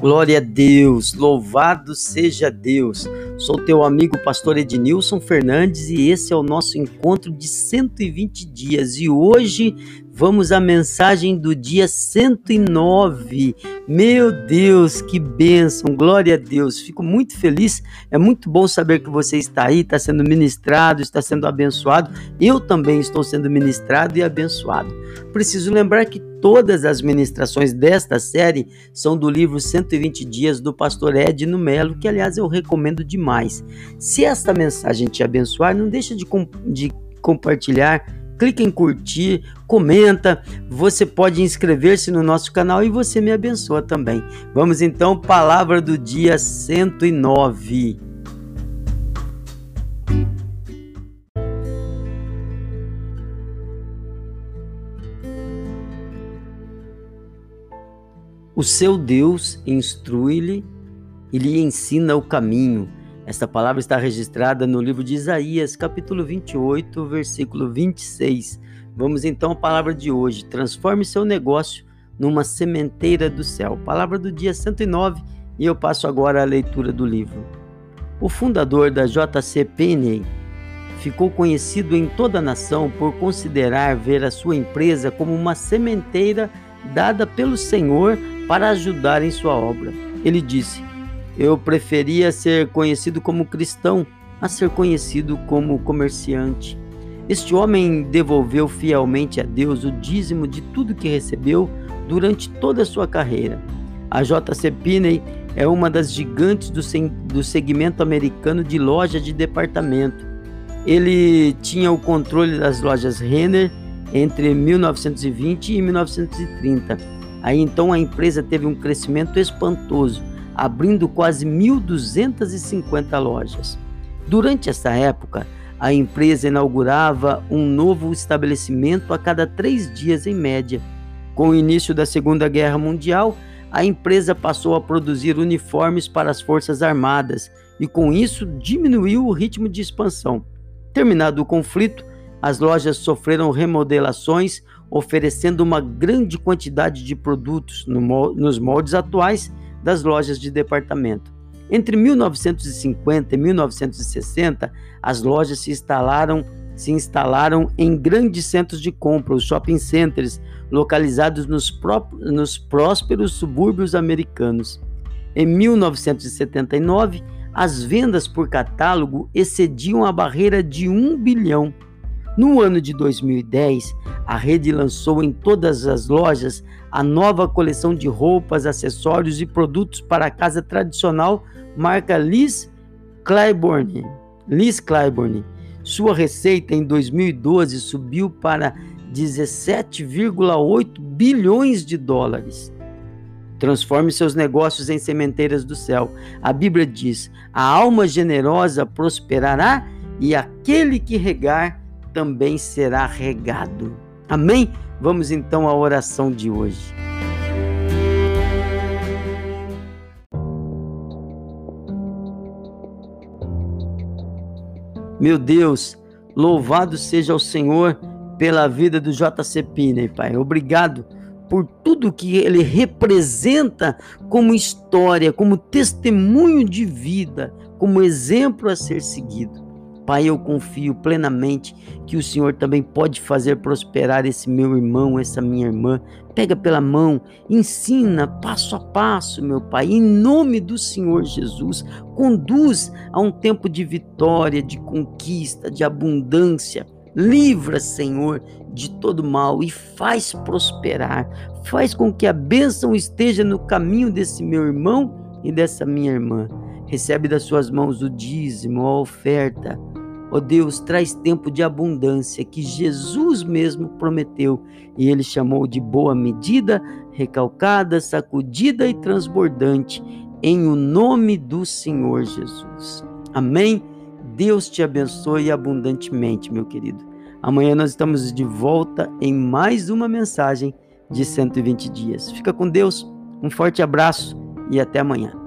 Glória a Deus, louvado seja Deus. Sou teu amigo pastor Ednilson Fernandes e esse é o nosso encontro de 120 dias. E hoje vamos à mensagem do dia 109. Meu Deus, que bênção, glória a Deus. Fico muito feliz, é muito bom saber que você está aí, está sendo ministrado, está sendo abençoado. Eu também estou sendo ministrado e abençoado. Preciso lembrar que todas as ministrações desta série são do livro 120 Dias do pastor Edno Melo, que aliás eu recomendo demais. Se esta mensagem te abençoar, não deixa de compartilhar, clica em curtir, comenta, você pode inscrever-se no nosso canal e você me abençoa também. Vamos então, palavra do dia 109. O seu Deus instrui-lhe e lhe ensina o caminho. Esta palavra está registrada no livro de Isaías, capítulo 28, versículo 26. Vamos então à palavra de hoje. Transforme seu negócio numa sementeira do céu. Palavra do dia 109 e eu passo agora à leitura do livro. O fundador da JC Penney ficou conhecido em toda a nação por considerar ver a sua empresa como uma sementeira dada pelo Senhor para ajudar em sua obra. Ele disse: eu preferia ser conhecido como cristão a ser conhecido como comerciante. Este homem devolveu fielmente a Deus o dízimo de tudo que recebeu durante toda a sua carreira. A JC Penney é uma das gigantes do segmento americano de loja de departamento. Ele tinha o controle das lojas Renner entre 1920 e 1930. Aí então a empresa teve um crescimento espantoso, abrindo quase 1.250 lojas. Durante essa época, a empresa inaugurava um novo estabelecimento a cada 3 dias em média. Com o início da Segunda Guerra Mundial, a empresa passou a produzir uniformes para as Forças Armadas e com isso diminuiu o ritmo de expansão. Terminado o conflito, as lojas sofreram remodelações, oferecendo uma grande quantidade de produtos nos moldes atuais das lojas de departamento. Entre 1950 e 1960, as lojas se instalaram em grandes centros de compra, os shopping centers, localizados nos prósperos subúrbios americanos. Em 1979, as vendas por catálogo excediam a barreira de 1 bilhão. No ano de 2010, a rede lançou em todas as lojas a nova coleção de roupas, acessórios e produtos para a casa tradicional marca Liz Claiborne. Sua receita em 2012 subiu para 17,8 bilhões de dólares. Transforme seus negócios em sementeiras do céu. A Bíblia diz: a alma generosa prosperará e aquele que regar também será regado. Amém? Vamos então à oração de hoje. Meu Deus, louvado seja o Senhor pela vida do JC Penney, Pai. Obrigado por tudo que ele representa como história, como testemunho de vida, como exemplo a ser seguido. Pai, eu confio plenamente que o Senhor também pode fazer prosperar esse meu irmão, essa minha irmã. Pega pela mão, ensina passo a passo, meu Pai, em nome do Senhor Jesus. Conduz a um tempo de vitória, de conquista, de abundância. Livra, Senhor, de todo mal e faz prosperar. Faz com que a bênção esteja no caminho desse meu irmão e dessa minha irmã. Recebe das suas mãos o dízimo, a oferta. Ó Deus, traz tempo de abundância que Jesus mesmo prometeu e ele chamou de boa medida, recalcada, sacudida e transbordante, em o nome do Senhor Jesus. Amém? Deus te abençoe abundantemente, meu querido. Amanhã nós estamos de volta em mais uma mensagem de 120 dias. Fica com Deus, um forte abraço e até amanhã.